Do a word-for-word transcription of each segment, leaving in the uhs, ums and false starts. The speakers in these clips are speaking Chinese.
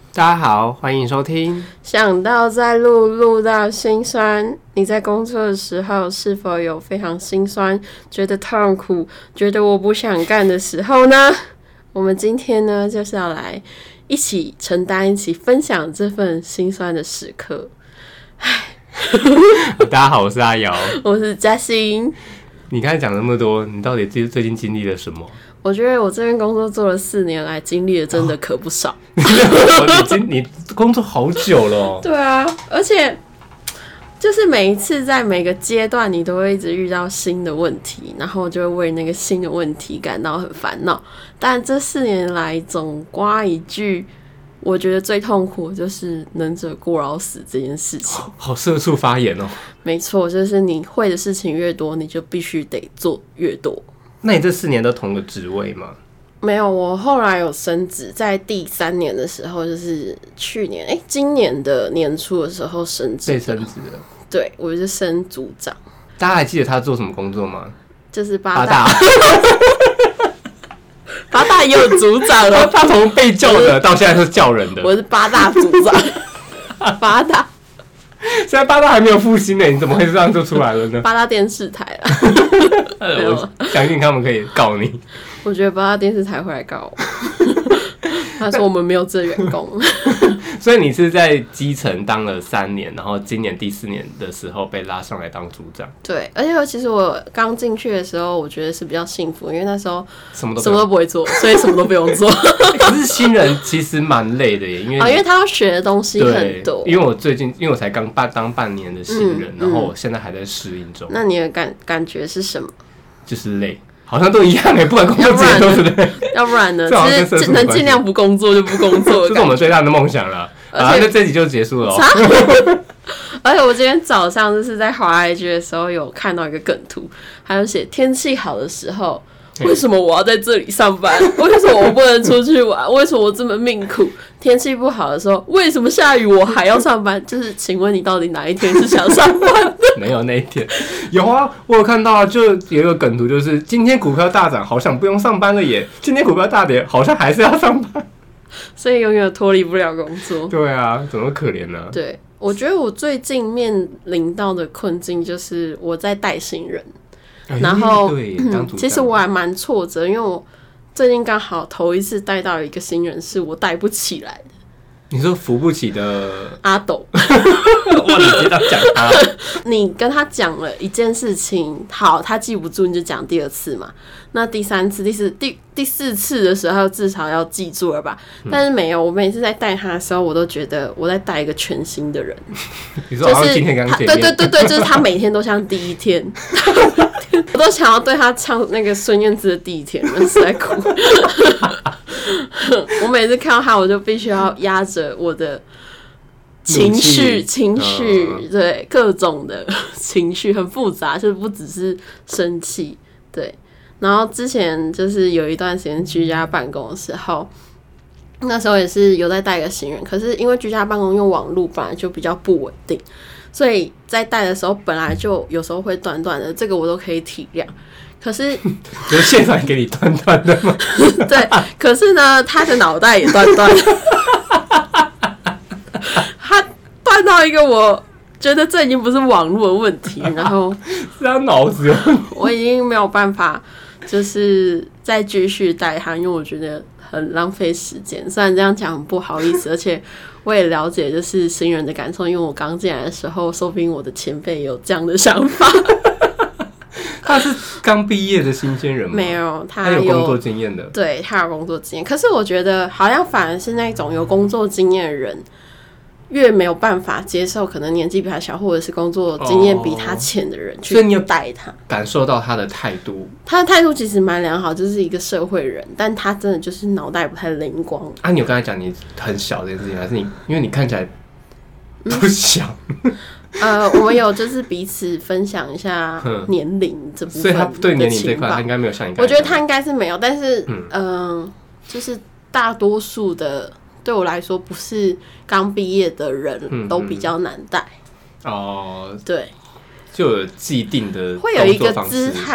大家好，欢迎收听。 想到在录录到心酸，你在工作的时候是否有非常心酸、觉得痛苦、觉得我不想干的时候呢？我们今天呢，就是要来一起承担、一起分享这份心酸的时刻。 大家好，我是阿瑶， 我是嘉欣。 你刚才讲那么多，你到底最近经历了什么？ 我觉得我这边工作做了四年来，经历的真的可不少。 你经你工作好久了、哦。 对啊，而且就是每一次在每个阶段，你都会一直遇到新的问题，然后就会为那个新的问题感到很烦恼。但这四年来，总刮一句，我觉得最痛苦的就是能者过劳死这件事情。 好, 好社畜发言哦。 没错，就是你会的事情越多，你就必须得做越多。 那你这四年都同个职位吗？ 没有，我后来有升职，在第三年的时候，就是去年哎、欸，今年的年初的时候升职， 被升职了。 对，我就升组长。 大家还记得他做什么工作吗？ 就是八大，八大也有组长了。 他从被叫的到现在是叫人的。 我是八大组长，八大。 现在八大还没有复兴呢，你怎么会这样就出来了呢？ 八大电视台啦。 我相信他们可以告你。 我觉得八大电视台会来告我。他说我们没有这员工。 所以你是在基层当了三年，然后今年第四年的时候被拉上来当组长。 对，而且其实我刚进去的时候，我觉得是比较幸福，因为那时候什么都什么都不会做，所以什么都不用做。 可是新人其实蛮累的耶，因为、 哦、因为他要学的东西很多。 因为我最近，因为我才刚当半年的新人、嗯，然后我现在还在适应中。 那你的感感觉是什么？ 就是累。好像都一样哎，不管工作几都是累。 要不然呢？其实能尽量不工作就不工作， 这是我们最大的梦想了。啊，那这集就结束了、 哦。而且我今天早上就是在滑 I G 的时候有看到一个梗图，还有写天气好的时候，为什么我要在这里上班？为什么我不能出去玩？为什么我这么命苦？天气不好的时候，为什么下雨我还要上班？就是请问你到底哪一天是想上班的？ 没有那一天，有啊，我有看到啊，就有一个梗图，就是今天股票大涨，好像不用上班了耶；今天股票大跌，好像还是要上班， 所以永远脱离不了工作。 对啊，怎么可怜呢、啊？ 对，我觉得我最近面临到的困境就是我在带新人， 欸、 然后、 嗯、 其实我还蛮挫折，因为我最近刚好头一次带到一个新人，是我带不起来的。 你说扶不起的阿斗， 哇！你直接讲他， 你跟他讲了一件事情，好，他记不住，你就讲第二次嘛。那第三次、第四、第第四次的时候，至少要记住了吧？嗯、但是没有，我每次在带他的时候，我都觉得我在带一个全新的人。 你说好像今天刚见面， 对对对对，就是他每天都像第一天，我都想要对他唱那个孙燕姿的《第一天》，我实在哭。我每次看到他，我就必须要压着我的情绪，情绪、哦，对，各种的情绪很复杂，就是不只是生气，对。然后之前就是有一段时间居家办公的时候，那时候也是有在带一个新人，可是因为居家办公用网路本来就比较不稳定，所以在带的时候本来就有时候会断断的，这个我都可以体谅。可是， 有现场给你断断的吗？ 对，可是呢，他的脑袋也断断，他断到一个我觉得这已经不是网络的问题，然后是他脑子有问题， 我已经没有办法，就是再继续带他，因为我觉得很浪费时间。虽然这样讲很不好意思，而且我也了解就是新人的感受，因为我刚进来的时候，说不定我的前辈有这样的想法。 他是刚毕业的新鲜人吗？ 没有，他有, 有工作经验的。 对，他有工作经验。可是我觉得，好像反而是那种有工作经验的人，越没有办法接受可能年纪比他小，或者是工作经验比他浅的人去带他。 感受到他的态度， 他的态度其实蛮良好，就是一个社会人，但他真的就是脑袋不太灵光。 啊，你有跟他讲你很小这件事情，还是你因为你看起来不小？嗯呃，我们有就是彼此分享一下年龄这部分， 所以他对年龄这块他应该没有像你。 我觉得他应该是没有，但是嗯、呃，就是大多数的对我来说，不是刚毕业的人都比较难带。 哦、嗯嗯， 对， 就有既定的会有一个姿态啊。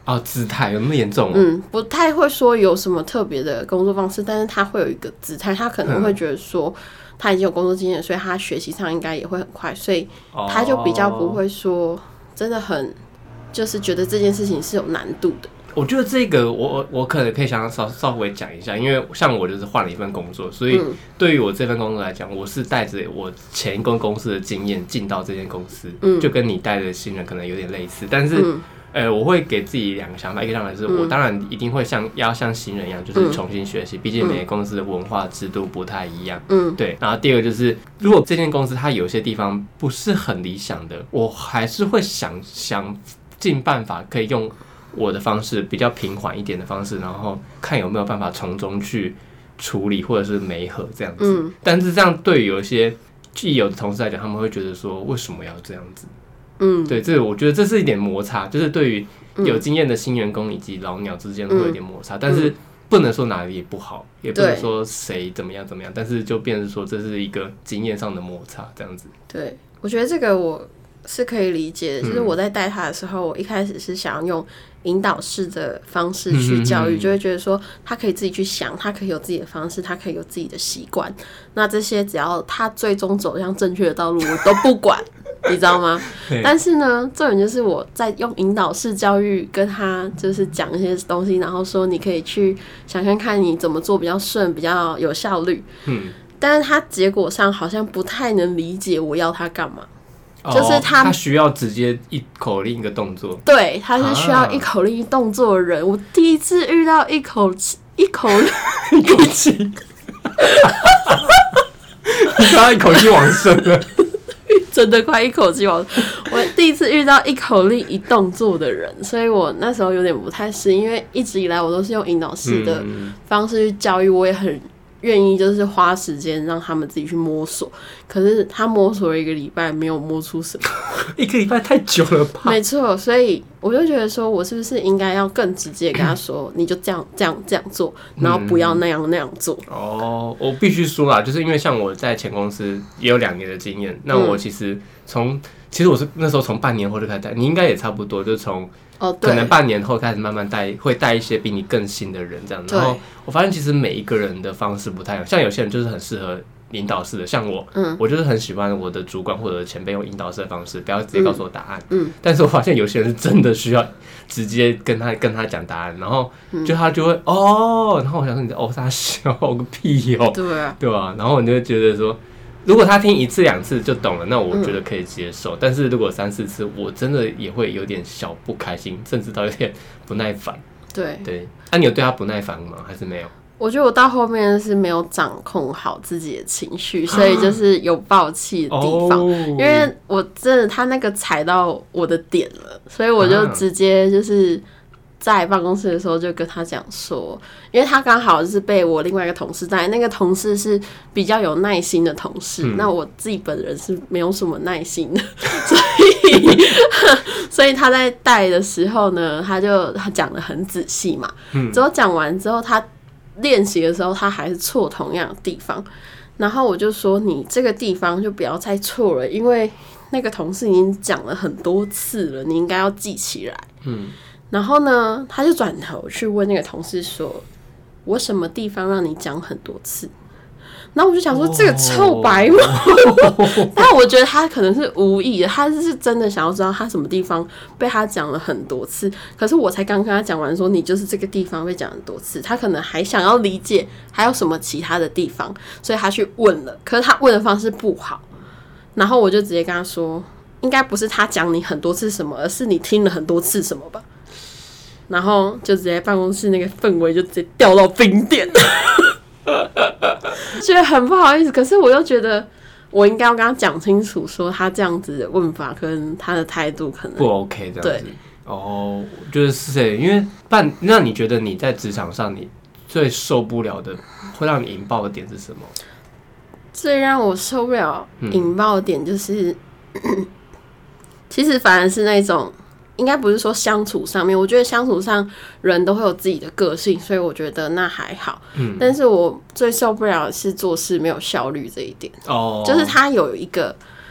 哦，姿态有那么严重哦？ 嗯，不太会说有什么特别的工作方式，但是他会有一个姿态，他可能会觉得说他已经有工作经验，所以他学习上应该也会很快，所以他就比较不会说真的很就是觉得这件事情是有难度的。 我觉得这个我我可能可以想稍稍微讲一下，因为像我就是换了一份工作，所以对于我这份工作来讲，我是带着我前一个公司的经验进到这间公司，嗯、就跟你带的新人可能有点类似，但是。嗯呃，我会给自己两个想法，一个想法是我当然一定会像要像新人一样，就是重新学习，毕竟每个公司的文化制度不太一样，嗯，对。然后第二个就是，如果这间公司它有些地方不是很理想的，我还是会想想尽办法可以用我的方式，比较平缓一点的方式，然后看有没有办法从中去处理或者是媒合这样子。嗯，但是这样对于有一些既有的同事来讲，他们会觉得说，为什么要这样子？嗯，对，这个我觉得这是一点摩擦，就是对于有经验的新员工以及老鸟之间会有一点摩擦，嗯、但是不能说哪里不好，也不能说谁怎么样怎么样，但是就变成说这是一个经验上的摩擦，这样子。 对，我觉得这个我是可以理解的，就是我在带他的时候，我一开始是想要用引导式的方式去教育，就会觉得说他可以自己去想，他可以有自己的方式，他可以有自己的习惯，那这些只要他最终走向正确的道路，我都不管。你知道吗？但是呢，重点就是我在用引导式教育跟他就是讲一些东西，然后说你可以去想看看你怎么做比较顺，比较有效率。嗯，但是他结果上好像不太能理解我要他干嘛， 哦、 就是他他需要直接一口令一个动作。 对，他是需要一口令一动作的人。啊、我第一次遇到一口一口一口气，你刚刚一口气往生了。 真的快一口气往，我第一次遇到一口令一动作的人，所以我那时候有点不太适应，因为一直以来我都是用引导式的方式去教育，我也很愿意就是花时间让他们自己去摸索。可是他摸索了一个礼拜，没有摸出什么， 一个礼拜太久了吧？ 没错，所以我就觉得说，我是不是应该要更直接跟他说，你就这样这样这样做，然后不要那样那样做。 嗯、哦，我必须说啦，就是因为像我在前公司也有两年的经验，那我其实从、嗯、其实我是那时候从半年后就开始带，你应该也差不多，就从。哦、可能半年后开始慢慢带，会带一些比你更新的人这样。然后我发现其实每一个人的方式不太一样，像有些人就是很适合引导式的，像我，嗯、我就是很喜欢我的主管或者前辈用引导式的方式，不要直接告诉我答案。嗯嗯、但是我发现有些人是真的需要直接跟他跟他讲答案，然后就他就会、嗯、哦，然后我想说你在哦傻笑个屁哦， 对啊， 对吧？然后你就会觉得说。如果他听一次两次就懂了，那我觉得可以接受。嗯、但是如果三四次，我真的也会有点小不开心，甚至到有点不耐烦。 对对， 那、啊、你有对他不耐烦吗？还是没有？ 我觉得我到后面是没有掌控好自己的情绪，所以就是有爆气的地方。哦、因为我真的他那个踩到我的点了，所以我就直接就是在办公室的时候就跟他讲说，因为他刚好是被我另外一个同事带，那个同事是比较有耐心的同事，嗯、那我自己本人是没有什么耐心的，所以所以他在带的时候呢，他就他讲得很仔细嘛，嗯、之后讲完之后，他练习的时候他还是错同样的地方，然后我就说你这个地方就不要再错了，因为那个同事已经讲了很多次了，你应该要记起来。嗯。然后呢，他就转头去问那个同事说：“我什么地方让你讲很多次？”然后我就想说，这个臭白目。但我觉得他可能是无意的，他是真的想要知道他什么地方被他讲了很多次。可是我才刚跟他讲完说，你就是这个地方被讲很多次，他可能还想要理解还有什么其他的地方，所以他去问了。可是他问的方式不好，然后我就直接跟他说，应该不是他讲你很多次什么，而是你听了很多次什么吧。然后就直接办公室那个氛围就直接掉到冰点，觉得很不好意思。可是我又觉得我应该要跟他讲清楚，说他这样子的问法跟他的态度可能不 OK 这样子。哦，就是是，因为办，那你觉得你在职场上你最受不了的，会让你引爆的点是什么？ 最让我受不了引爆的点就是，嗯、其实反而是那种。应该不是说相处上面，我觉得相处上人都会有自己的个性，所以我觉得那还好。嗯，但是我最受不了的是做事没有效率这一点。哦，就是他有一个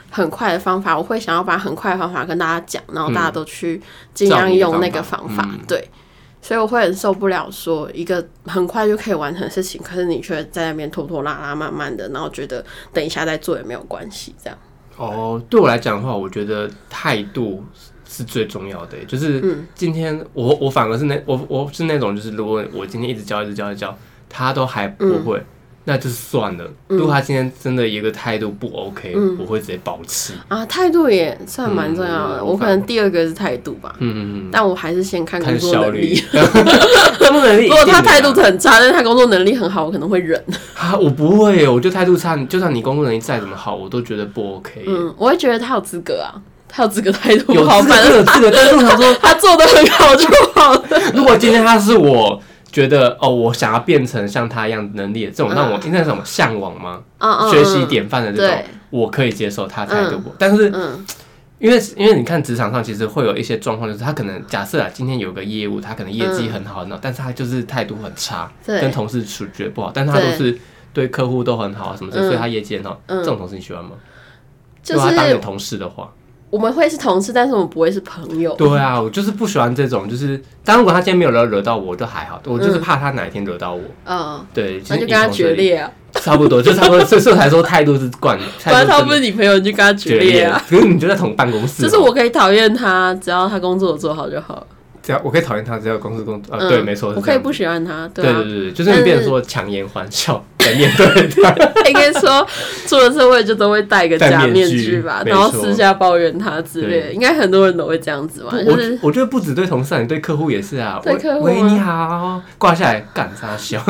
很快的方法，我会想要把很快的方法跟大家讲，然后大家都去尽量用那个方法，嗯、对。所以我会很受不了说一个很快就可以完成的事情，可是你却在那边拖拖拉拉、慢慢的，然后觉得等一下再做也没有关系，这样。 哦，对我来讲的话，我觉得态度是最重要的。就是今天我我反而是那我我是那种，就是如果我今天一直教、一直教、一直教，他都还不会。嗯，那就算了。如果他今天真的一个态度不 OK，嗯、我会直接爆气啊。态度也算蛮重要的、嗯。我可能第二个是态度吧。嗯嗯嗯。但我还是先看工作能力。 工作能力。 如果他态度很差，但是他工作能力很好，我可能会忍。 啊，我不会耶，我觉得态度差，就算你工作能力再怎么好，我都觉得不 OK。 嗯，我会觉得他有资格啊。他有资格态度不好， 反正有资格，但是我想说他做的很好就好了。 如果今天他是我。觉得哦，我想要变成像他一样能力的这种，让我应该是什么向往吗？嗯、学习典范的这种，我可以接受他态度、嗯。但是，嗯、因为因为你看职场上其实会有一些状况，就是他可能假设啊，今天有个业务，他可能业绩很好，嗯、但是他就是态度很差，跟同事处觉不好，但是他都是对客户都很好啊什么的，所以他业绩很好。嗯、这种同事你喜欢吗？就是如果他当你同事的话。 我们会是同事，但是我们不会是朋友。 对啊，我就是不喜欢这种，就是当如果他今天没有惹惹到我，就还好。我就是怕他哪一天惹到我。嗯，对， 那就跟他决裂啊。 差不多，就差不多，所以才说态度是惯。 不然他不是你朋友，你就跟他决裂啊。 可是你就在同办公室。 就是我可以讨厌他，只要他工作做好就好了。 只要我可以讨厌他，只要公司工作，呃，对，没错， 我可以不喜欢他，对对对对，就是你变成说强颜欢笑来面对他。 应该说出了社会就都会戴一个假面具吧，然后私下抱怨他之类的，应该很多人都会这样子嘛。就是我觉得不只对同事，你对客户也是啊。 对客户， 喂，你好，挂下来干啥笑？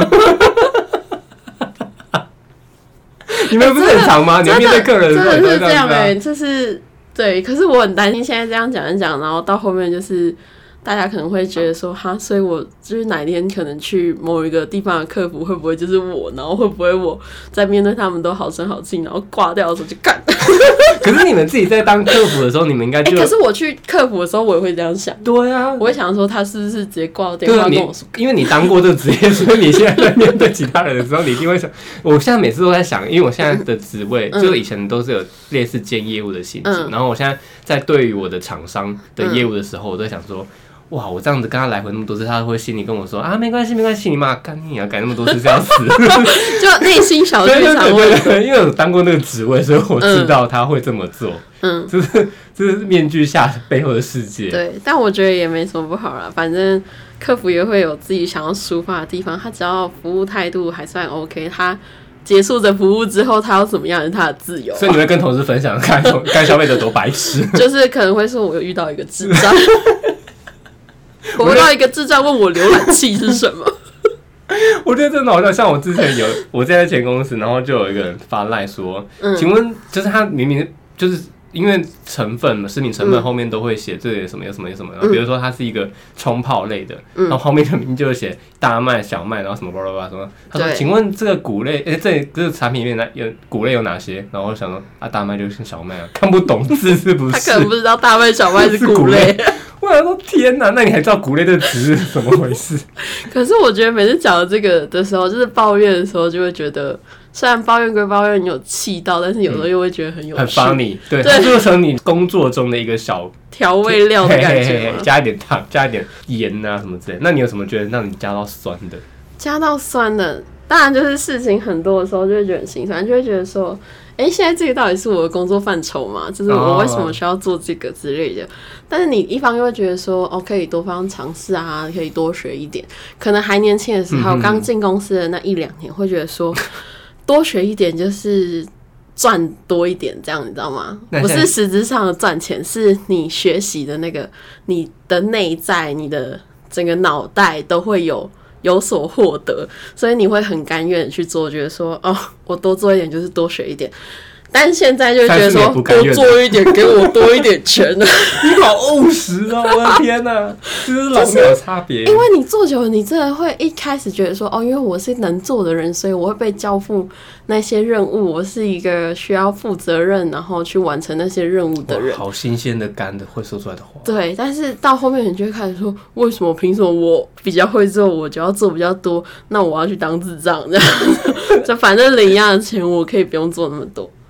你们不是很常吗？你要面对客人， 真的是这样哎，就是对。可是我很担心，现在这样讲一讲，然后到后面就是。大家可能会觉得说哈，所以我就是哪一天可能去某一个地方的客服会不会就是我，然后会不会我在面对他们都好声好气，然后挂掉的时候就干。 可是你们自己在当客服的时候，你们应该就、 欸、可是我去客服的时候，我也会这样想。 对啊， 我会想说他是不是直接挂电话跟我说， 因为你当过这个职业，所以你现在在面对其他人的时候，你一定会想。我现在每次都在想，因为我现在的职位、嗯、就以前都是有类似兼业务的性质、嗯，然后我现在在对于我的厂商的业务的时候，我都在想说。哇！我这样子跟他来回那么多次，他会心里跟我说啊，没关系，没关系，你妈干你啊，改那么多次这样死， 就内心小剧场。 对对对，因为我当过那个职位，所以我知道他会这么做。嗯，就是就是面具下背后的世界。 对，但我觉得也没什么不好啦，反正客服也会有自己想要抒发的地方，他只要服务态度还算 OK， 他。结束的服务之后，他要怎么样是他的自由、啊。 所以你会跟同事分享该该消费者多白痴， 就是可能会说我有遇到一个智障。我遇到一个智障问我浏览器是什么， 我觉得真的好笑。像我之前有我在前公司，然后就有一个人发赖说、嗯：“请问，就是他明明就是因为成分嘛，食品成分后面都会写这有什么有什么有什么，然后比如说它是一个冲泡类的，嗯、然后后面的名字就会写大麦、小麦，然后什么巴拉巴拉什么。他说：请问这个谷类，哎、欸，这这个产品里面有谷类有哪些？然后我想说啊，大麦就是小麦啊，看不懂字是不是？ 他可能不知道大麦、小麦是谷类。 我想说天哪，那你还知道谷类这个词是怎么回事？ 可是我觉得每次讲这个的时候，就是抱怨的时候，就会觉得虽然抱怨归抱怨，你有气到，但是有时候又会觉得很有趣， 很 funny， 对，它就成你工作中的一个小调味料的感觉，嘿嘿嘿， 加一点糖，加一点盐啊什么之类的。那你有什么觉得让你加到酸的？ 加到酸的，当然就是事情很多的时候，就会觉得很心酸，就会觉得说。哎、欸，现在这个到底是我的工作范畴吗？就是我为什么需要做这个之类的？ Oh. 但是你一方又会觉得说，哦，可以多方尝试啊，可以多学一点。可能还年轻的时候，刚进公司的那一两年，会觉得说，多学一点就是赚多一点，这样你知道吗？不是实质上的赚钱，是你学习的那个，你的内在，你的整个脑袋都会有。有所获得，所以你会很甘愿的去做，觉得说哦，我多做一点就是多学一点。但是现在就觉得说多做一点，给我多一点钱呢。 你好务实哦！我的天哪，这是老没有差别。 因为你做久了，你真的会一开始觉得说哦，因为我是能做的人，所以我会被交付那些任务。我是一个需要负责任，然后去完成那些任务的人。 好新鲜的干的会说出来的话。 对，但是到后面你就会开始说，为什么凭什么我比较会做，我就要做比较多？那我要去当智障这样，就反正领一样的钱，我可以不用做那么多。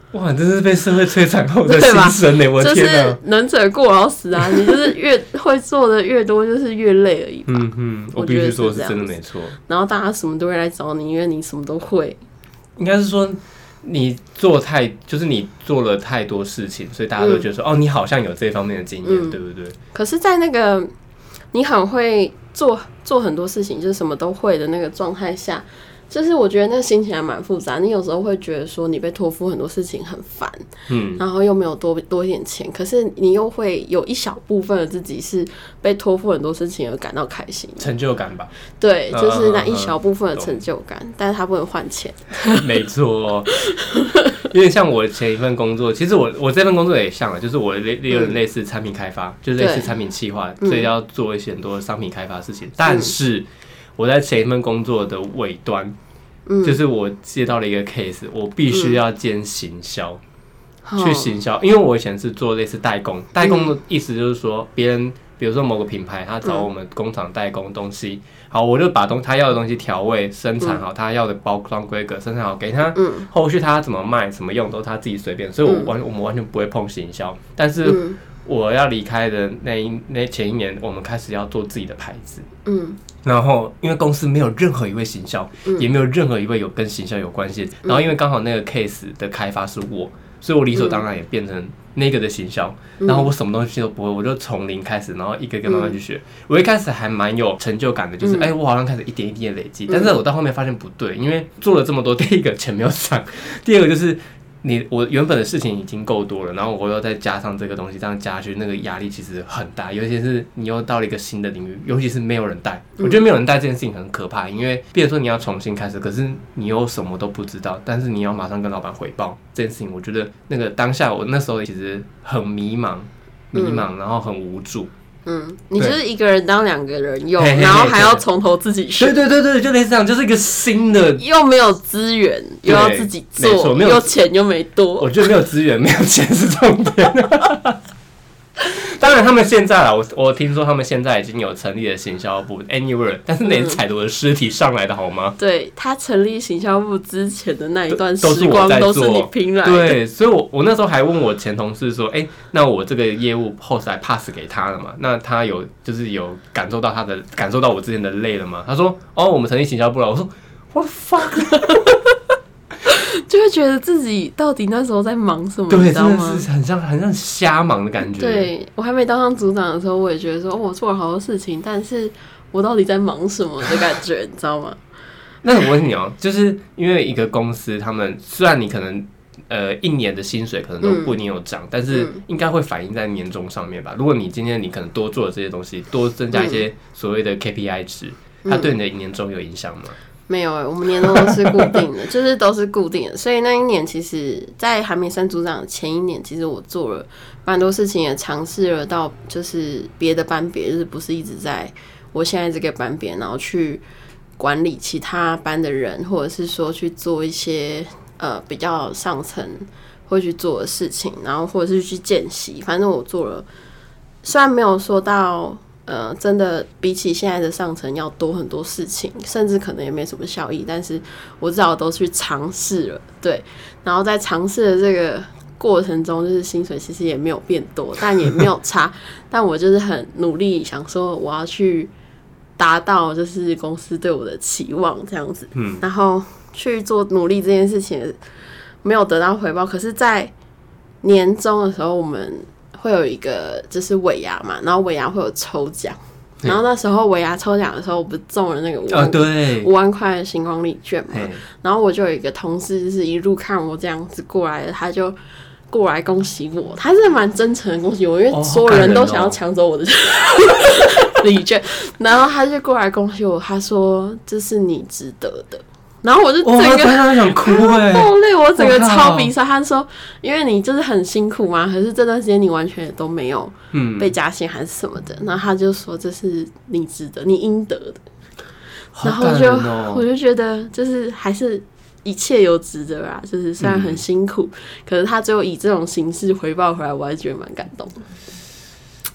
哇，真是被社会摧残后的心声呢！我的天哪， 就是能者过劳死啊！你就是越会做的越多，就是越累而已吧。 嗯嗯，我必须说是真的没错。 然后大家什么都会来找你，因为你什么都会。 应该是说你做太，就是你做了太多事情，所以大家都觉得说，嗯、哦，你好像有这方面的经验，嗯、对不对？ 可是，在那个你很会做做很多事情，就是什么都会的那个状态下。就是我觉得那个心情还蛮复杂，你有时候会觉得说你被托付很多事情很烦，嗯，然后又没有多多一点钱，可是你又会有一小部分的自己是被托付很多事情而感到开心， 成就感吧？ 对，就是那一小部分的成就感，嗯、但是它不能换钱。 没错，因为像我前一份工作，其实我我这份工作也像了，就是我有点类似产品开发，嗯、就是类似产品企划，所以要做一些很多商品开发的事情，嗯、但是。我在前一份工作的尾端，嗯、就是我接到了一个 case， 我必须要兼行销，嗯、去行销，因为我以前是做类似代工，代工的意思就是说，别人比如说某个品牌，他找我们工厂代工东西，好，我就把东他要的东西调味生产好，他要的包装规格生产好给他，嗯、后续他怎么卖、怎么用都他自己随便，所以我完我们完全不会碰行销，但是。我要离开的那一那前一年，我们开始要做自己的牌子。嗯，然后因为公司没有任何一位行销，嗯、也没有任何一位有跟行销有关系。然后因为刚好那个 case 的开发是我，所以我理所当然也变成那个的行销。嗯、然后我什么东西都不会，我就从零开始，然后一个一个慢慢去学。嗯、我一开始还蛮有成就感的，就是哎、嗯欸，我好像开始一点一滴的累积。嗯、但是我到后面发现不对，因为做了这么多，第一个钱没有涨，第二个就是。你我原本的事情已经够多了，然后我又再加上这个东西，这样加下去，那个压力其实很大。尤其是你又到了一个新的领域，尤其是没有人带，我觉得没有人带这件事情很可怕，因为比如说你要重新开始，可是你又什么都不知道，但是你要马上跟老板汇报这件事情，我觉得那个当下我那时候其实很迷茫，迷茫，然后很无助。嗯， 你就是一个人当两个人用，然后还要从头自己学。 对对对对，就类似这样，就是一个新的， 又没有资源，又要自己做，没有钱又没多。 我觉得没有资源、没有钱是重点。当然，他们现在啊，我我听说他们现在已经有成立了行销部 ，Anywhere， 但是那是踩着我的尸体上来的好吗？ 对，他成立行销部之前的那一段时光都是你拼来的。 对，所以我我那时候还问我前同事说，哎、欸，那我这个业务后来 pass 给他了嘛？那他有就是有感受到他的感受到我之前的累了吗？他说，哦，我们成立行销部了。我说 ，What the fuck？ 就会觉得自己到底那时候在忙什么， 对， 你知道吗？ 真的是很像很像瞎忙的感觉。 对，我还没当上组长的时候，我也觉得说，哦，我做了好多事情，但是我到底在忙什么的感觉，你知道吗？ 那我问你哦，就是因为一个公司，他们虽然你可能呃一年的薪水可能都不一定有涨，嗯、但是应该会反映在年终上面吧？如果你今天你可能多做了这些东西，多增加一些所谓的 K P I 值，嗯、它对你的年终有影响吗？ 没有、欸，我们年终都是固定的，就是都是固定的。所以那一年，其实，在还没升组长的前一年，其实我做了蛮多事情，也尝试了到就是别的班别，就是不是一直在我现在这个班别，然后去管理其他班的人，或者是说去做一些呃比较上层会去做的事情，然后或者是去见习。反正我做了，虽然没有说到。呃，真的比起现在的上层要多很多事情，甚至可能也没什么效益，但是我至少都去尝试了，对。然后在尝试的这个过程中，就是薪水其实也没有变多，但也没有差，但我就是很努力，想说我要去达到就是公司对我的期望这样子，嗯，然后去做努力这件事情，没有得到回报，可是，在年终的时候，我们。会有一个就是尾牙嘛，然后尾牙会有抽奖，然后那时候尾牙抽奖的时候，我不是中了那个五万、哦、五万块的星光礼券嘛，然后我就有一个同事，就是一路看我这样子过来的，他就过来恭喜我，他是蛮真诚的恭喜我，因为所有人都想要抢走我的礼券，然后他就过来恭喜我，他说这是你值得的。然后我就整个想哭哎， 爆泪，我整个超鼻塞。他说，因为你就是很辛苦嘛，可是这段时间你完全都没有被加薪还是什么的。嗯、然后他就说这是你值得，你应得的。然后就、哦、我就觉得就是还是一切有值得啊，就是虽然很辛苦，嗯、可是他最后以这种形式回报回来，我还是觉得蛮感动的。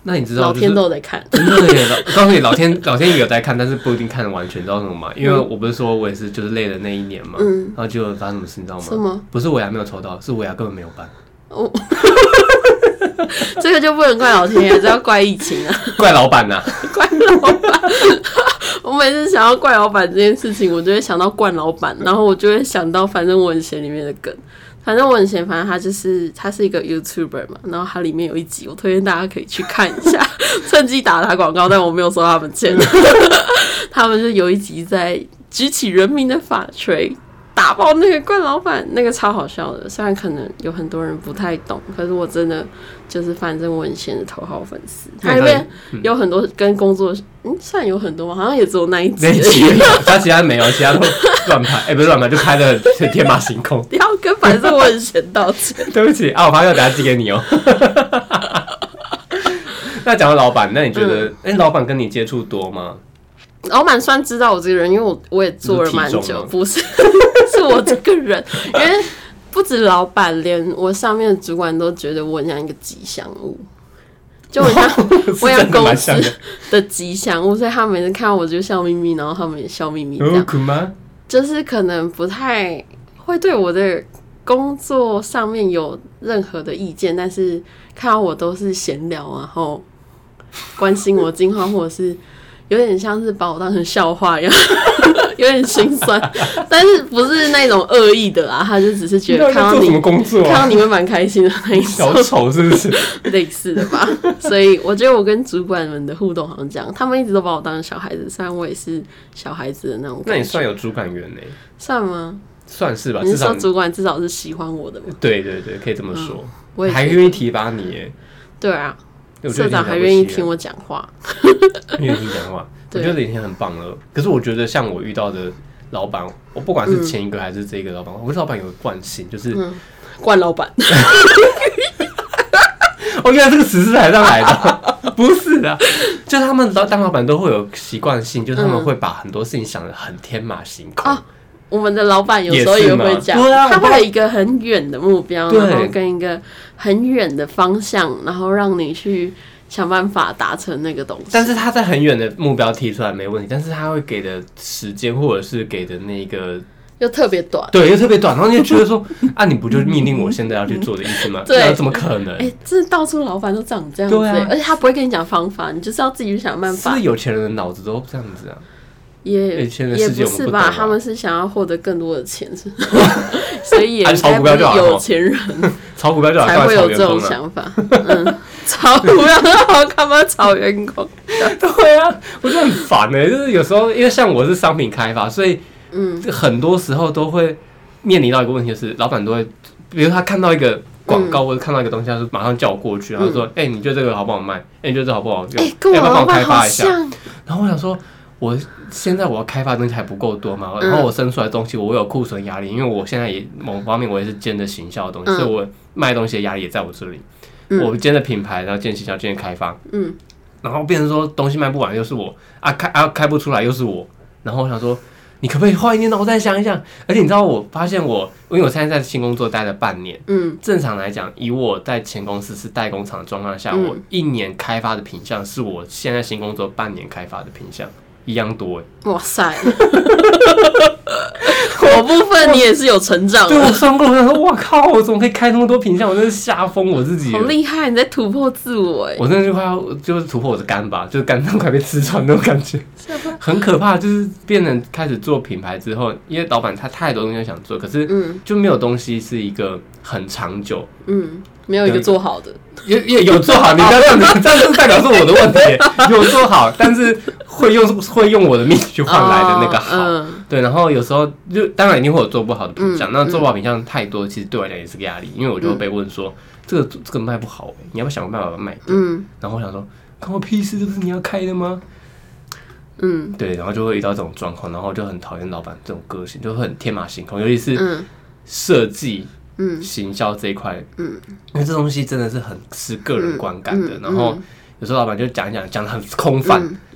那你知道、就是、 老天都有在看， 真的耶！我告诉你，老天老天也有在看，但是不一定看得完全，知道什么吗？因为我不是说我也是就是累了那一年嘛，嗯，然后就发生什么事，你知道吗？ 什么？ 不是尾牙没有抽到，是尾牙根本没有办。 哦，这个就不能怪老天爷，这要怪疫情啊， 怪老板呐、啊， 怪老板。我每次想要怪老板这件事情，我就会想到冠老板，然后我就会想到反正我很闲里面的梗。反正我很闲，反正他就是他是一个 YouTuber 嘛，然后他里面有一集，我推荐大家可以去看一下，趁机打他广告，但我没有收他们钱。他们就有一集在举起人民的法锤，打爆那个冠老板，那个超好笑的。虽然可能有很多人不太懂，可是我真的就是反正我很闲的头号粉丝。他里面有很多跟工作，嗯，算有很多吗？好像也只有那一集。 那一集他其他没有，其他都乱拍。哎、欸，不是乱拍，就拍的天马行空。 不要跟反正我很闲道歉。 对不起啊，我发现等下寄给你哦、喔。那讲到老板，那你觉得，哎、嗯欸，老板跟你接触多吗？ 老板算知道我这个人，因为我我也做了蛮久，不是是我这个人，因为不止老板，连我上面的主管都觉得我很像一个吉祥物，就很像我像公司的吉祥物，所以他们每次看到我就笑眯眯，然后他们也笑眯眯这样，就是可能不太会对我的工作上面有任何的意见，但是看到我都是闲聊，然后关心我近况，或者是有点像是把我当成笑话一样，有点心酸，但是不是那种恶意的啦，他就只是觉得看到你看到你会蛮开心的那一种， 小丑是不是？ 类似的吧。所以我觉得我跟主管们的互动好像这样，他们一直都把我当成小孩子，虽然我也是小孩子的那种感觉。 那你算有主管缘呢？ 算吗？ 算是吧。 你是说主管至少是喜欢我的吗？ 对对对，可以这么说。嗯、我还愿意提拔你耶。 对啊。社长还愿意听我讲话， 愿意听讲话，我觉得已经很棒了。可是我觉得像我遇到的老板，我不管是前一个还是这个老板，嗯、我跟老板有惯性，就是、嗯、 惯老板。 我原来这个词是台上来的，不是的，就是他们当老板都会有习惯性，就是他们会把很多事情想得很天马行空。嗯我们的老板有时候也会讲，啊、他会有一个很远的目标，然后跟一个很远的方向，然后让你去想办法达成那个东西。 但是他在很远的目标提出来没问题，但是他会给的时间或者是给的那个又特别短， 对，又特别短，然后你就觉得说啊，你不就是命令我现在要去做的意思吗？对，怎么可能？ 哎、欸，这到处老板都长这样子、欸，啊、而且他不会跟你讲方法，你就是要自己去想办法。 是有钱人的脑子都这样子啊。 也也不是吧，他们是想要获得更多的钱，是所以也应该不是有钱人， 炒股票就好才会有这种想法。嗯，炒股票好干嘛炒员工？ 对啊，我觉得很烦哎、欸，就是有时候因为像我是商品开发，所以嗯，很多时候都会面临到一个问题，就是老板都会，比如他看到一个广告、嗯、或者看到一个东西，他就马上叫我过去，然后说：“哎、嗯欸，你觉得这个好不好卖？哎、欸，你觉得这好不好用？哎、欸，要不要帮我开发一下？”然后我想说。我现在我要开发的东西还不够多嘛，然后我生出来的东西我有库存压力，因为我现在也某方面我也是兼着行销的东西，嗯、所以我卖东西的压力也在我这里。嗯、我兼着品牌，然后兼行销，兼开发，嗯，然后变成说东西卖不完又是我啊，开啊开不出来又是我，然后我想说你可不可以换一点脑袋想一想？而且你知道我发现我，因为我现在在新工作待了半年，嗯，正常来讲，以我在前公司是代工厂的状况下，嗯、我一年开发的品项是我现在新工作半年开发的品项。一样多哎！ 哇塞，我部分你也是有成长的。 对，我算过，我想说，哇靠，我怎么可以开那么多品项？我真是吓疯我自己。 好厉害，你在突破自我哎！ 我真的就快要就是突破我的肝吧，就是肝脏快被吃穿那种感觉，很可怕。就是变成开始做品牌之后，因为老板他太多东西想做，可是就没有东西是一个很长久。嗯。 没有一个做好的， 有有有做好，你不要这样子，这样就代表是我的问题。有做好，但是会用会用我的命去换来的那个好，哦嗯、对。然后有时候就当然一定会有做不好的品项，嗯、那做不好品项太多，其实对我来讲也是个压力，因为我就会被问说、嗯、这个这个卖不好、欸，你要不要想办法把它卖掉？嗯、然后我想说，关我屁事，这不是你要开的吗？嗯，对，然后就会遇到这种状况，然后就很讨厌老板这种个性，就会很天马行空，尤其是设计。嗯，行销这一块，嗯，因为这东西真的是很吃个人观感的。嗯嗯、然后有时候老板就讲一讲，讲得很空泛，嗯嗯、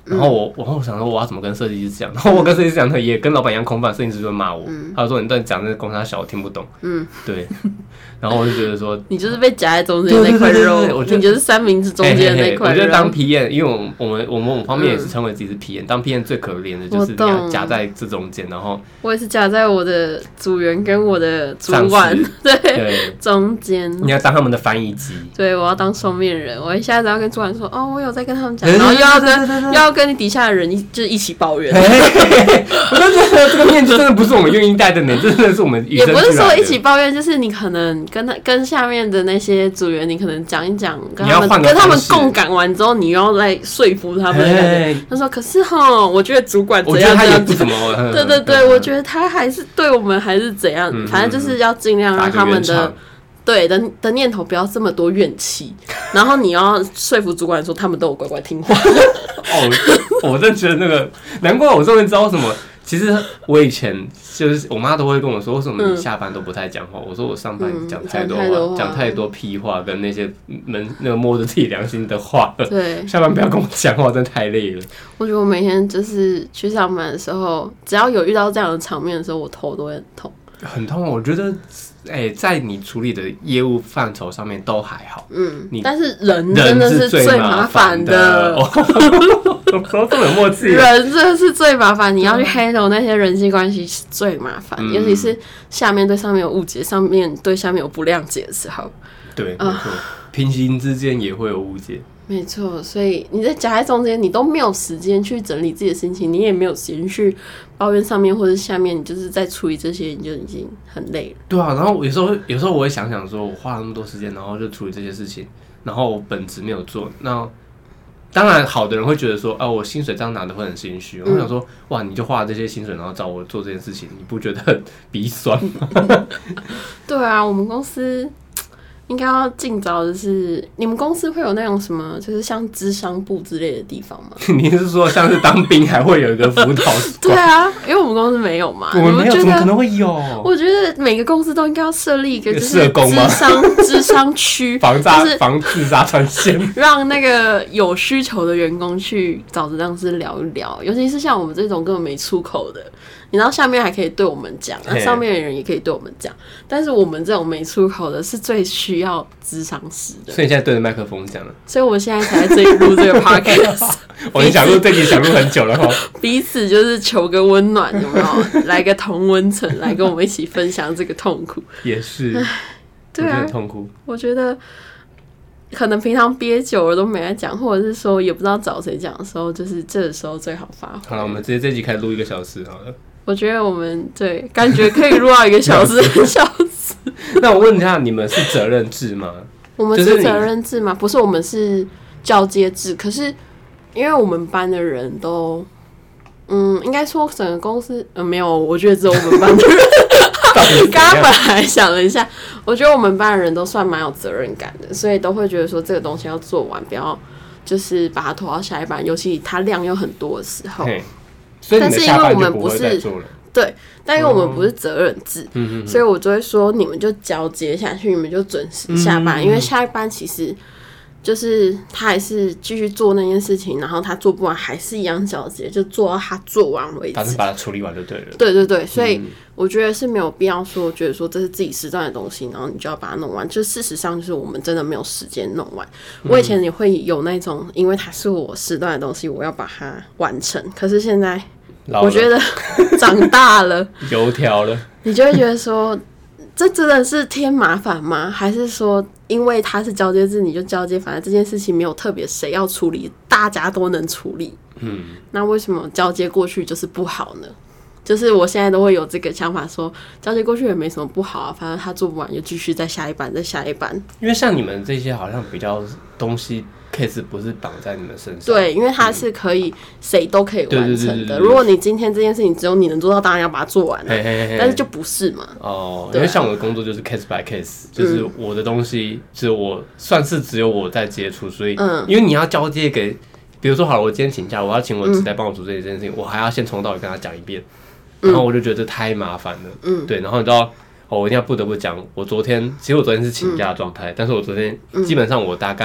然后我然后我想说我要怎么跟设计师讲，然后我跟设计师讲，他也跟老板一样空泛，设计师就会骂我，嗯、他就说你在讲那个公差小，我听不懂。嗯，对。然后我就觉得说， 你就是被夹在中间那块肉，我觉得你就是三明治中间的那块肉。 我觉得当 P M， 因为我们我们我们某方面也是称为自己是 P M，、嗯、当 P M 最可怜的就是你要夹在这中间，然后我也是夹在我的组员跟我的主管对对中间， 你要当他们的翻译机。 对，我要当双面人，我一下子要跟主管说，哦，我有在跟他们讲，然后又要跟又要跟你底下的人一就是一起抱怨。 我就觉得这个面子真的不是我们愿意带的呢，真的是我们与生俱来的。 也不是说一起抱怨，就是你可能跟他跟下面的那些组员，你可能讲一讲，跟他们跟他们共感完之后，你又要来说服他们。他说：“可是哈，我觉得主管怎样怎样怎么？ 对对对，我觉得他还是对我们还是怎样，嗯、反正就是要尽量让他们的。”对的的念头不要这么多怨气，然后你要说服主管说他们都有乖乖听话。 哦，我真的觉得那个，难怪我终于知道为什么。其实我以前就是我妈都会跟我说，为什么你下班都不太讲话？嗯、我说我上班讲太多话，讲、嗯、太多屁话跟那些门那个摸着自己良心的话了。对，下班不要跟我讲话，真的太累了。 我觉得我每天就是去上班的时候，只要有遇到这样的场面的时候，我头都会很痛。 很痛，我觉得，哎、欸，在你处理的业务范畴上面都还好，嗯，你但是人真的是最麻烦的， 都这么有默契， 人真的是最麻烦，你要去 handle 那些人际关系是最麻烦，嗯、尤其是下面对上面有误解，上面对下面有不谅解的时候， 对，没错，平行之间也会有误解。 没错，所以你在夹在中间，你都没有时间去整理自己的心情，你也没有时间去抱怨上面或者下面，你就是在处理这些，你就已经很累了。 对啊，然后有时候有时候我会想想说，我花了那么多时间，然后就处理这些事情，然后我本职没有做，那当然好的人会觉得说，啊，我薪水这样拿的会很心虚。我想说，哇，你就花了这些薪水，然后找我做这件事情，你不觉得很鼻酸吗？ 对啊，我们公司。应该要尽早的是，你们公司会有那种什么，就是像諮商部之类的地方吗？ 你是說像是當兵還會有一個輔導室？ 對啊，因為我們公司沒有嘛。 我們沒有，怎麼可能會有？ 我覺得每個公司都應該要設立一個就是社工嗎？ 諮商諮商區， 防炸防自殺專線， 讓那個有需求的員工去找諮商師聊一聊，尤其是像我們這種根本沒出口的。你知道下面還可以對我們講，那上面的人也可以對我們講，但是我們這種沒出口的是最需要諮商師的。 所以你現在對着麥克風講了， 所以我們現在才在這裡錄這個 podcast。 我已經想錄這集想錄很久了哈。 彼此就是求個溫暖，有沒有？來個同溫層，來跟我們一起分享這個痛苦。 也是，對啊，痛苦。 我覺得可能平常憋久了都沒在講，或者是說也不知道找誰講的時候，就是這個時候最好發揮。 好了，我們直接這集開始錄一個小時好了。 我覺得我們對感覺可以錄到一個小時，小時。 那我問一下，你們是責任制嗎？ 我們是責任制嗎？不是，我們是交接制。可是因為我們班的人都，嗯，應該說整個公司，呃，沒有，我覺得只有我們班的人。剛剛本來想了一下，我覺得我們班的人都算蠻有責任感的，所以都會覺得說這個東西要做完，不要就是把它拖到下一班，尤其它量又很多的時候。 所以你們下班就不會再做了。 對，但因為我們不是責任制，嗯、所以我就會說你們就交接下去，你們就準時下班，嗯、因為下一班其實就是他還是繼續做那件事情，然後他做不完還是一樣交接，就做到他做完為止。 他是把它處理完就對了。 對對對，所以我覺得是沒有必要說覺得說這是自己時段的東西，然後你就要把它弄完。就事實上就是我們真的沒有時間弄完。我以前也會有那種，因為它是我時段的東西，我要把它完成。可是現在。我覺得長大了， 油條了， 你就會覺得說，這真的是添麻煩嗎？還是說，因為它是交接制，你就交接，反正這件事情沒有特別誰要處理，大家都能處理。嗯，那為什麼交接過去就是不好呢？就是我現在都會有這個想法說，說交接過去也沒什麼不好啊，反正他做不完就繼續在下一班，再下一班。 因為像你們這些好像比較東西。case 不是綁在你們身上， 對，因為它是可以誰、嗯、都可以完成的。如果你今天這件事情只有你能做到，當然要把它做完了。嘿嘿嘿，但是就不是嘛。哦， 因為像我的工作就是 case by case，、嗯、就是我的東西只有我算是只有我在接觸，所以、嗯、因為你要交接給，比如說好了，我今天請假，我要請我職代幫我做這件事情，嗯、我還要先從頭到尾跟他講一遍，然後我就覺得太麻煩了。嗯，對，然後你知道。哦，我一定要不得不講，我昨天其實我昨天是請假的狀態，嗯、但是我昨天基本上我大概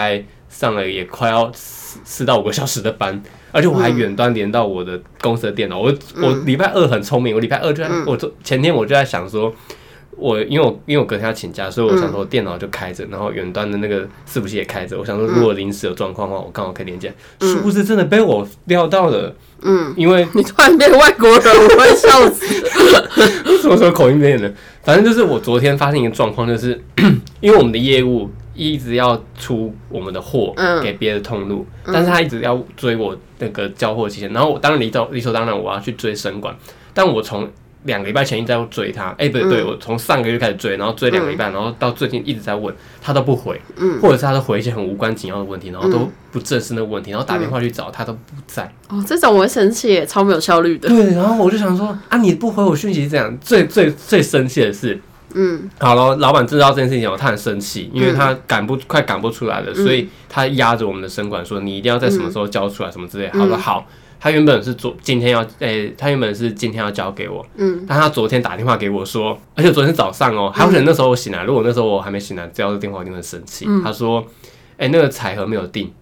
上了也快要四到五个小时的班，而且我还远端连到我的公司的电脑。我我礼拜二很聪明，我礼拜二就在、嗯、我前天我就在想说。我因为我因为我隔天要请假，所以我想说电脑就开着，然后远端的那个伺服器也开着。我想说，如果临时有状况的话，我刚好可以连接。殊不知真的被我料到了，嗯，因为你突然变外国人，我会笑死。 为什么说口音变的？反正就是我昨天发现一个状况，就是因为我们的业务一直要出我们的货给别的通路，嗯、但是他一直要追我那个交货期限，然后我当然理所理所当然我要去追生管，但我从两个礼拜前一直在追他，哎、欸，不对，对、嗯、我从上个月开始追，然后追两个礼拜、嗯，然后到最近一直在问，他都不回，嗯，或者是他都回一些很无关紧要的问题，然后都不正视那个问题，然后打电话去找他都不在。 哦，这种我会生气耶，超没有效率的。 对，然后我就想说，啊，你不回我讯息是这样，最最最生气的是，嗯，好了，老板知道这件事情后，他很生气，因为他赶不、嗯、快赶不出来了，所以他压着我们的生管说，你一定要在什么时候交出来，什么之类的。他说好。他原本是昨今天要，诶、欸，他原本是今天要交给我，嗯，但他昨天打电话给我说，而且昨天是早上哦、喔，还有可能那时候我醒来，如果那时候我还没醒来，接到这电话我一定会生气、嗯。他说，哎、欸，那个彩盒没有订，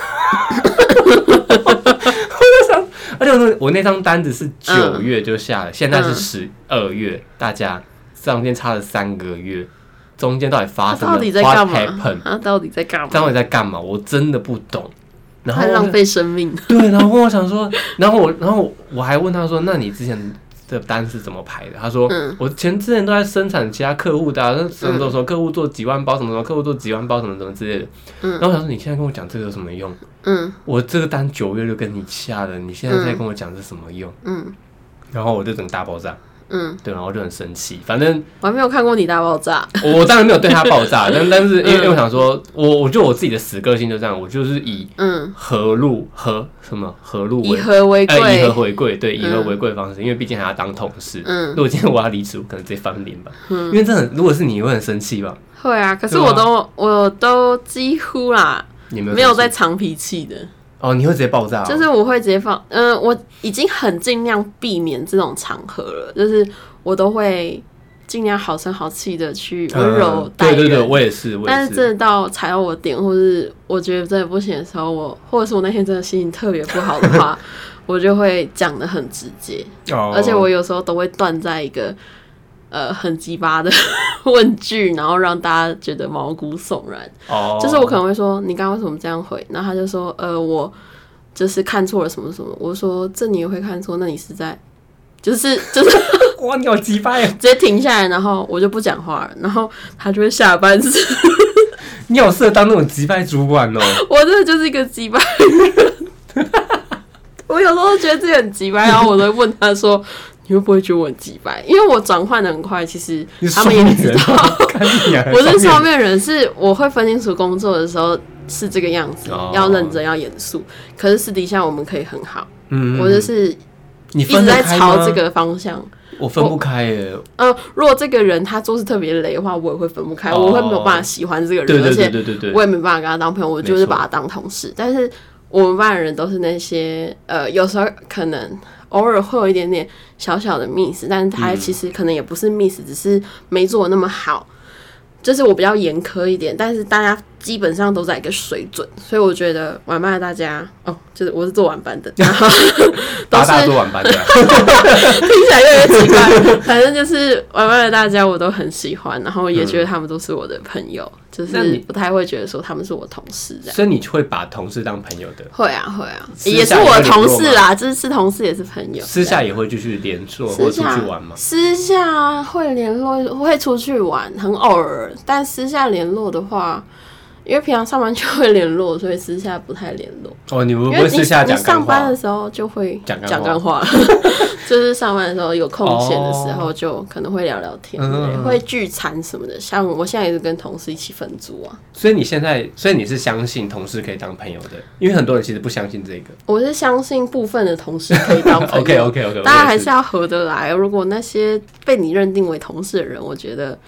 我就想，而且我那张单子是九月就下了，嗯、现在是十二月，大家中间差了三个月，中间到底发生了 what happened？ 他到底在干嘛？ 他到底在干嘛？我真的不懂。然后还浪费生命。 对，然后跟我想说，然后我，然后我还问他说：“那你之前的单是怎么排的？”他说：“嗯、我前之前都在生产其他客户的、啊，那什么时候客户做几万包什么什么，客户做几万包什么什么之类的。”嗯，然后我想说：“你现在跟我讲这个有什么用？嗯，我这个单九月就跟你下了，你现在在跟我讲这什么用？嗯，然后我就整个大爆炸。”嗯，对，然后就很生气。反正我还没有看过你大爆炸， 我当然没有对他爆炸，但但是因为、嗯、因为我想说，我我觉得我自己的死个性就这样，我就是以和路和什么和路以和为贵、 呃，以和为贵，对，以和为贵的方式，嗯、因为毕竟还要当同事。嗯，如果今天我要离职，我可能直接翻脸吧。嗯，因为真的，如果是你，会很生气吧？ 会啊，可是我都我都几乎啦，你没有没有在藏脾气的。 哦，你会直接爆炸、哦？ 就是我会直接放，嗯、呃，我已经很尽量避免这种场合了，就是我都会尽量好声好气的去温柔待人、嗯。对对对， 我也是。我也是但是真的到踩到我的点，或是我觉得真的不行的时候，我或者是我那天真的心情特别不好的话，我就会讲得很直接、哦，而且我有时候都会断在一个呃很鸡巴的问句，然后让大家觉得毛骨悚然。哦，就是我可能会说你刚刚为什么这样回，然后他就说呃我就是看错了什么什么，我说这你也会看错，那你是在就是就是哇你好鸡巴呀， 直接停下来，然后我就不讲话了，然后他就会下班。 你好适合当那种鸡巴主管哦， 我真的就是一个鸡巴人。我有时候觉得自己很鸡巴，然后我都会问他说。你会不会觉得我很鸡掰？因为我转换的很快，其实他们也知道。我是双面人，是我会分清楚工作的时候是这个样子，哦、要认真要严肃。可是私底下我们可以很好，嗯，我就是一直在朝这个方向。 我分不开耶。 嗯、呃，如果这个人他做事特别雷的话，我也会分不开，哦、我会没有办法喜欢这个人， 对对对对对对， 而且我也没办法跟他当朋友，我就是把他当同事。但是我们班的人都是那些呃，有时候可能。偶尔会有一点点小小的 miss， 但是他其实可能也不是 miss，、嗯、只是没做那么好。就是我比较严苛一点，但是大家基本上都在一个水准，所以我觉得晚班的大家哦，就是我是做晚班的，然后都是大家做晚班的， 听起来越来越奇怪。反正就是晚班的大家我都很喜欢，然后也觉得他们都是我的朋友，嗯、就是不太会觉得说他们是我同事这样。 所以你会把同事当朋友的？ 会啊会啊，也是我的同事啦，就是是同事也是朋友。 私下也会继续联络或出去玩吗？ 私下会联络，会出去玩，很偶尔。但私下联络的话，因为平常上班就会联络，所以私下不太联络。 哦，你不会私下讲干话？ 你上班的时候就会讲干话，就是上班的时候有空闲的时候，就可能会聊聊天，哦、会聚餐什么的。像我现在也是跟同事一起分租啊。 所以你现在，所以你是相信同事可以当朋友的？因为很多人其实不相信这个。 我是相信部分的同事可以当朋友。 OK OK OK， 当然还是要合得来。如果那些被你认定为同事的人，我觉得。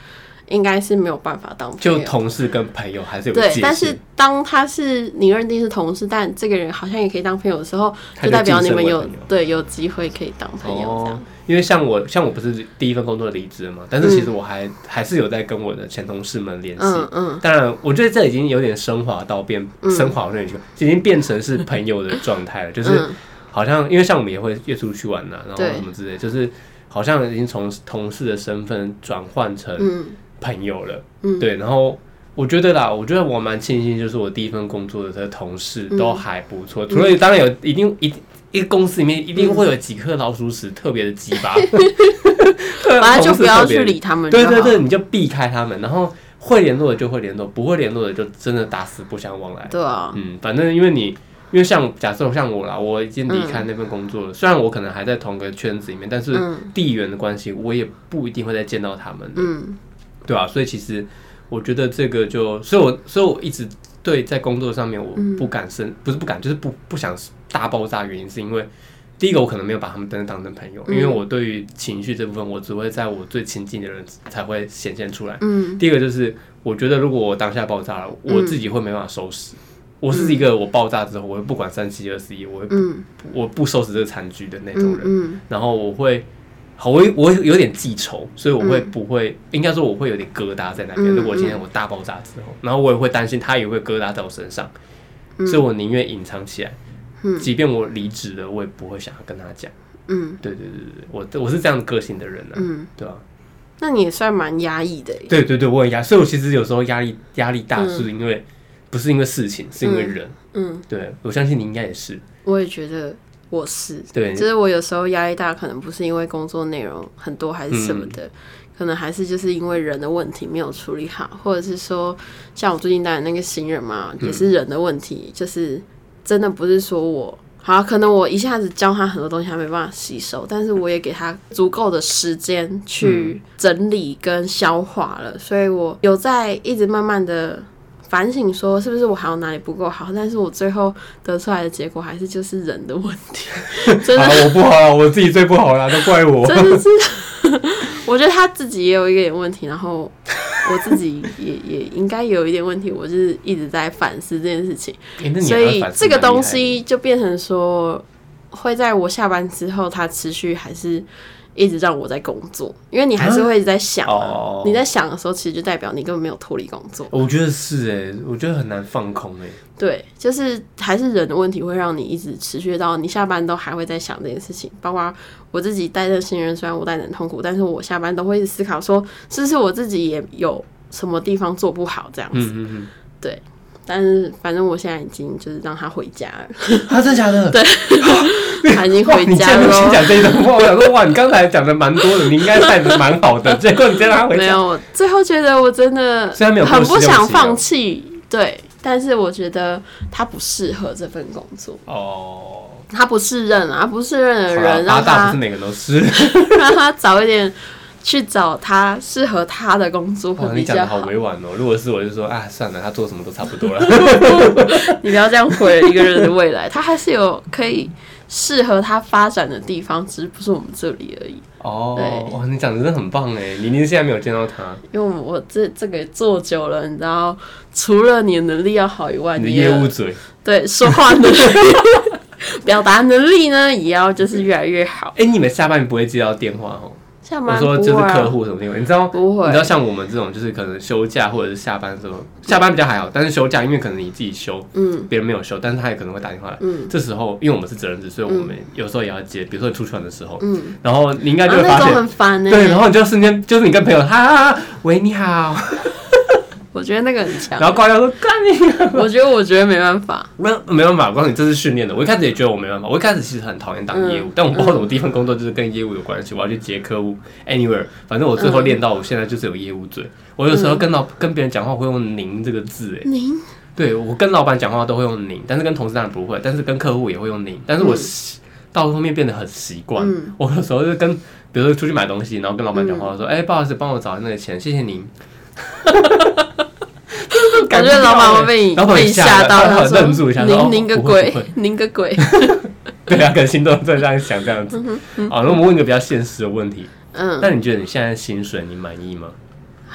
应该是没有办法当朋友。 就同事跟朋友还是有个界限。 对，但是当他是你认定是同事，但这个人好像也可以当朋友的时候，就代表你们有对有机会可以当朋友这样。哦， 因为像我像我不是第一份工作离职了嘛，但是其实我还、嗯、还是有在跟我的前同事们联系。嗯嗯。当然，我觉得这已经有点升华到变升华那种，已经变成是朋友的状态了，就是好像因为像我们也会约出去玩呐、啊，然后什么之类，就是好像已经从同事的身份转换成朋友了。嗯。对，然后我觉得啦，我觉得我蛮庆幸，就是我第一份工作的这个同事都还不错，除了当然有一定一定。一个公司里面一定会有几颗老鼠屎特别的鸡巴， 反正就不要去理他们就好。 对对对，你就避开他们，然后会联络的就会联络，不会联络的就真的打死不相往来。 对啊， 嗯，反正因为你，因为像假设像我啦，我已经离开那份工作了，嗯、虽然我可能还在同个圈子里面，但是地缘的关系，我也不一定会再见到他们。嗯，对吧、啊？所以其实我觉得这个就，所以我所以我一直对在工作上面我不敢生，嗯、不是不敢，就是不不想。大爆炸原因是因为第一个我可能没有把他们真的当成朋友，因为我对于情绪这部分我只会在我最亲近的人才会显现出来。嗯，第二个就是我觉得如果我当下爆炸了，我自己会没办法收拾。我是一个我爆炸之后我会不管三七二十一，我会不、嗯、我不收拾这个残局的那种人。嗯，然后我会好，我我有点记仇，所以我会不会应该说我会有点疙瘩在那边。如果今天我大爆炸之后，然后我也会担心他也会疙瘩在我身上，所以我宁愿隐藏起来。即便我离职了，我也不会想要跟他讲。嗯，对对对对，我我是这样的个性的人啊。嗯，对吧、啊？ 那你也算蛮压抑的耶。 对对对，我很压，所以我其实有时候压力压力大，是因为、嗯、不是因为事情，是因为人。嗯，对，我相信你应该也是。 我也觉得我是。 对， 就是我有时候压力大，可能不是因为工作内容很多还是什么的。嗯，可能还是就是因为人的问题没有处理好，或者是说，像我最近带的那个新人嘛，也是人的问题，就是真的不是说我好，可能我一下子教他很多东西，他没办法吸收，但是我也给他足够的时间去整理跟消化了，所以我有在一直慢慢的反省说是不是我还有哪里不够好，但是我最后得出来的结果还是就是人的问题。真的， 啊、我不好了，我自己最不好了，都怪我。真的是。 我觉得他自己也有一点问题，然后我自己也也应该有一点问题，我就是一直在反思这件事情，欸、所以这个东西就变成说，会在我下班之后，他持续还是一直让我在工作，因为你还是会一直在想、啊哦、你在想的时候，其实就代表你根本没有脱离工作。 我觉得是哎、欸，我觉得很难放空哎、欸。 对，就是还是人的问题会让你一直持续到你下班都还会在想这件事情。包括我自己带着新人，虽然我带得很痛苦，但是我下班都会一直思考说，是不是我自己也有什么地方做不好这样子。嗯嗯嗯，对。但是反正我现在已经就是让他回家了。 啊，真的假的？ 对，他已经回家了。你竟然先讲这一段话，我想说哇，你刚才讲的蛮多的，你应该带的蛮好的，结果你再让他回家。 没有，最后觉得我真的很不想放弃。对，但是我觉得他不适合这份工作。哦。他不适任啊，不适任的人让他八大不是每个人都是， 让他早一点去找他适合他的工作会比较好。 你讲的好委婉哦。如果是我就说啊，算了，他做什么都差不多了。 你不要这样毁了一个人的未来，他还是有可以适合他发展的地方，只是不是我们这里而已。 哦，哇，你讲的真的很棒哎！你你现在没有见到他， 因为我这这个做久了，你知道，除了你的能力要好以外， 你的业务嘴， 对，说话能力。表达能力呢，也要就是越来越好。 哎、欸，你们下班不会接到电话哦？ 下班、啊、 我说就是客户什么电话，你知道？ 不会。 你知道像我们这种，就是可能休假或者是下班的时候，下班比较还好，但是休假因为可能你自己休，嗯，别人没有休，但是他也可能会打电话来，嗯，这时候因为我们是责任制，所以我们有时候也要接，比如说你出去玩的时候，嗯，然后你应该就会发现、啊、 那种很烦欸， 对，然后你就瞬间就是你跟朋友哈，喂，你好。 我觉得那个很强， 然后挂掉说干你、啊！ 我觉得我觉得没办法， 没没办法，我告诉你这是训练的。我一开始也觉得我没办法，我一开始其实很讨厌当业务，嗯、但我不知道什么第一份工作就是跟业务有关系，我要去接客户 ，anywhere， 反正我最后练到我现在就是有业务嘴。我有时候跟老跟别人讲话会用您这个字，哎， 您， 对我跟老板讲话都会用您，但是跟同事当然不会，但是跟客户也会用您，但是我、嗯、到后面变得很习惯。嗯、我有时候就跟比如说出去买东西，然后跟老板讲话说，哎、嗯欸，不好意思，帮我找那个钱，谢谢您。 我觉得老板会被你被吓到， 他愣住一下， 您您个鬼，您个鬼。 对啊，可能心都在这样想这样子。好，那我们问一个比较现实的问题。嗯，那你觉得你现在薪水你满意吗？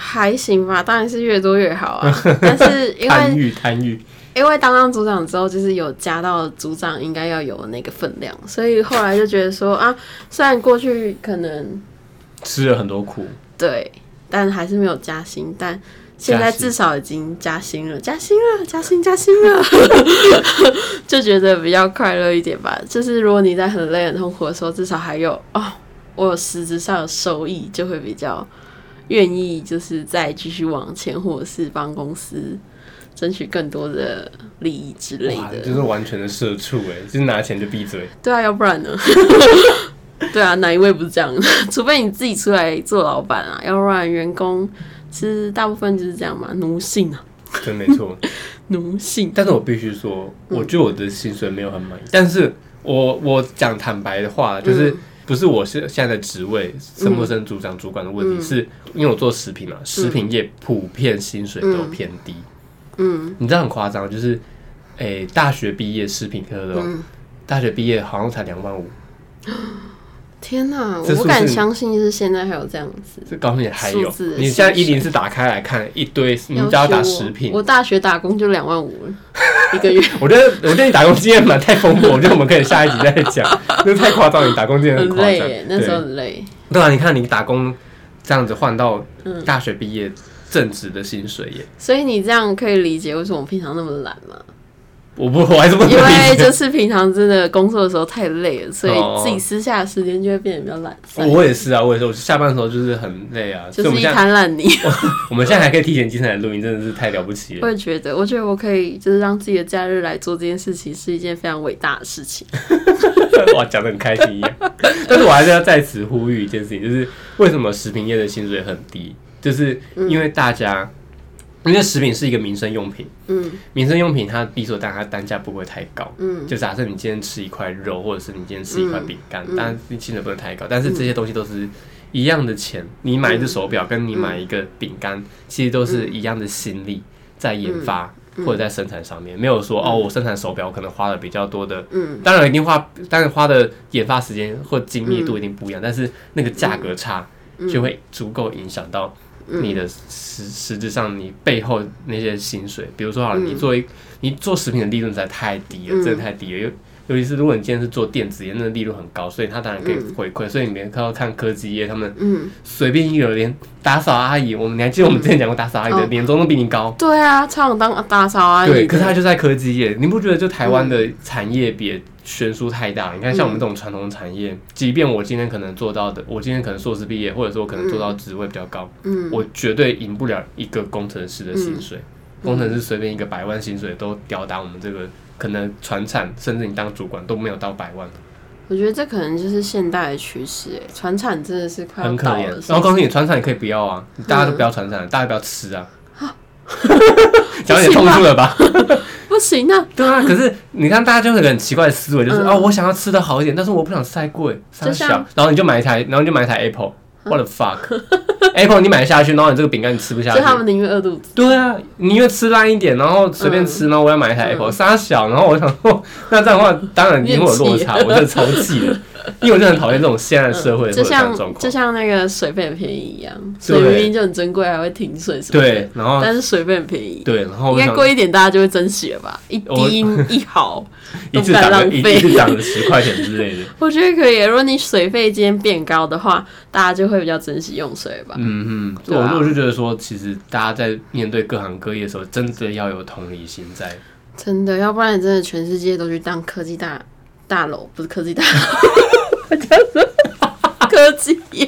还行吧，当然是越多越好啊。但是因为贪欲贪欲， 因为当上组长之后，就是有加到组长应该要有的那个分量，所以后来就觉得说啊，虽然过去可能吃了很多苦， 对，但还是没有加薪，但现在至少已经加薪了，加薪了，加薪加薪了，就觉得比较快乐一点吧。就是如果你在很累很痛苦的时候，至少还有哦，我有实质上有收益，就会比较愿意就是再继续往前，或者是帮公司争取更多的利益之类的。 就是完全的社畜哎，就是拿钱就闭嘴。 对啊，要不然呢？对啊，哪一位不是这样？除非你自己出来做老板啊，要不然员工其实大部分就是这样嘛，奴性啊。 真没错， 奴性。 但是我必须说，我觉得我的薪水没有很满意。嗯、但是我我讲坦白的话，就是不是我是现在的职位升不升组长、主管的问题，嗯、是因为我做食品嘛，食品业普遍薪水都偏低。嗯，你知道很夸张，就是诶、欸，大学毕业食品科的、喔，嗯、大学毕业好像才两万五。 天哪，我不敢相信是现在还有这样子。 这告诉你还有，你现在一零四打开来看一堆，你只要打食品， 我大学打工就两万五一个月。 我觉得我觉得你打工经验蛮太丰富，我觉得我们可以下一集再讲，那太夸张，你打工经验很夸张， 很累耶，那时候很累。 对啊，你看你打工这样子换到大学毕业正职的薪水耶， 所以你这样可以理解为什么我平常那么懒吗？ 我不，我还是不能理解， 解， 因为就是平常真的工作的时候太累了，所以自己私下的时间就会变得比较懒散。 我也是啊，我也是，我下班的时候就是很累啊， 就是一滩烂泥。 我们现在还可以提前进来录音，真的是太了不起了。 我也觉得，我觉得我可以就是让自己的假日来做这件事情，是一件非常伟大的事情。 哇，讲得很开心一样。但是我还是要在此呼吁一件事情，就是为什么食品业的薪水很低，就是因为大家。嗯因为食品是一个民生用品，嗯，民生用品它理所当然它单价不会太高，嗯，就假设你今天吃一块肉，或者是你今天吃一块饼干，当然薪水不能太高，但是这些东西都是一样的钱，你买一只手表跟你买一个饼干，其实都是一样的心力在研发或者在生产上面，没有说哦，我生产手表可能花了比较多的，嗯，当然一定花，当然花的研发时间或精密度一定不一样，但是那个价格差就会足够影响到。你的实实质上，你背后那些薪水，比如说好了，你做一你做食品的利润实在太低了，真的太低了。尤尤其是如果你今天是做电子业，那个利润很高，所以他当然可以回馈。所以你们看到看科技业，他们随便一个连打扫阿姨，我们你还记得我们之前讲过打扫阿姨的年终都比你高？ 对啊，超想当打扫阿姨。 对，可是他就在科技业，你不觉得就台湾的产业比悬殊太大了？你看像我们这种传统产业，即便我今天可能做到的，我今天可能硕士毕业，或者说我可能做到职位比较高，嗯，我绝对赢不了一个工程师的薪水。嗯、工程师随便一个百万薪水都吊打我们这个可能传产，甚至你当主管都没有到百万。 我觉得这可能就是现代的趋势，哎，传产真的是快要倒了。很可怜。 然后告诉你，传产你可以不要啊，大家都不要传产，大家不要吃啊。讲有点痛处了吧？ 不行啊！ 对啊，可是你看，大家就有很奇怪的思维，就是、嗯、哦，我想要吃的好一点，但是我不想吃太贵，太小，然后你就买一台，然后你就买一台 Apple。What the fuck？Apple 你买下去，然后你这个饼干你吃不下去， 所以他们宁愿饿肚子。 对啊，宁愿吃烂一点，然后随便吃，然后我要买一台 Apple，杀小，然后我想说，那这样的话，当然一定会有落差，我真的超气的。因为我就很讨厌这种现在社会的这种状况， 就像那个水费很便宜一样，水明明就很珍贵，还会停水什么的。对，然后但是水费很便宜， 对，然后应该贵一点，大家就会珍惜了吧？一滴一毫都不敢浪费， 一次涨了十块钱之类的。 我觉得可以，如果你水费今天变高的话，大家就会比较珍惜用水吧。 嗯嗯，我我就觉得说，其实大家在面对各行各业的时候，真的要有同理心在。 真的，要不然真的全世界都去当科技大大楼，不是科技大楼。叫什么？科技业，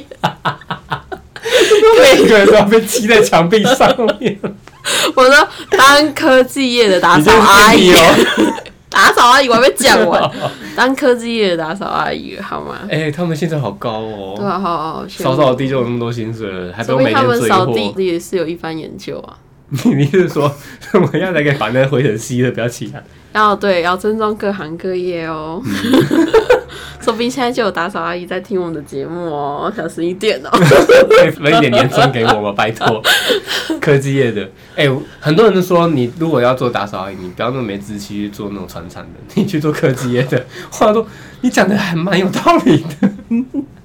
每个人都要被漆在墙壁上面。 我说当科技业的打扫阿姨哦，打扫阿姨我还没讲完，当科技业的打扫阿姨好吗？ 哎、欸，他们薪水好高哦， 对啊，好好扫扫地就有那么多薪水了，还不用每天追货。他们扫地也是有一番研究啊。 你是说怎么样才可以把那个灰尘吸的不要起来？ 要对，要尊重各行各业哦。说不定现在就有打扫阿姨在听我们的节目哦，小心一点哦。 可以分一点年终给我吗？拜托。科技业的，哎、欸，很多人都说你如果要做打扫阿姨，你不要那么没志气去做那种传产的，你去做科技业的。话说你讲的还蛮有道理的。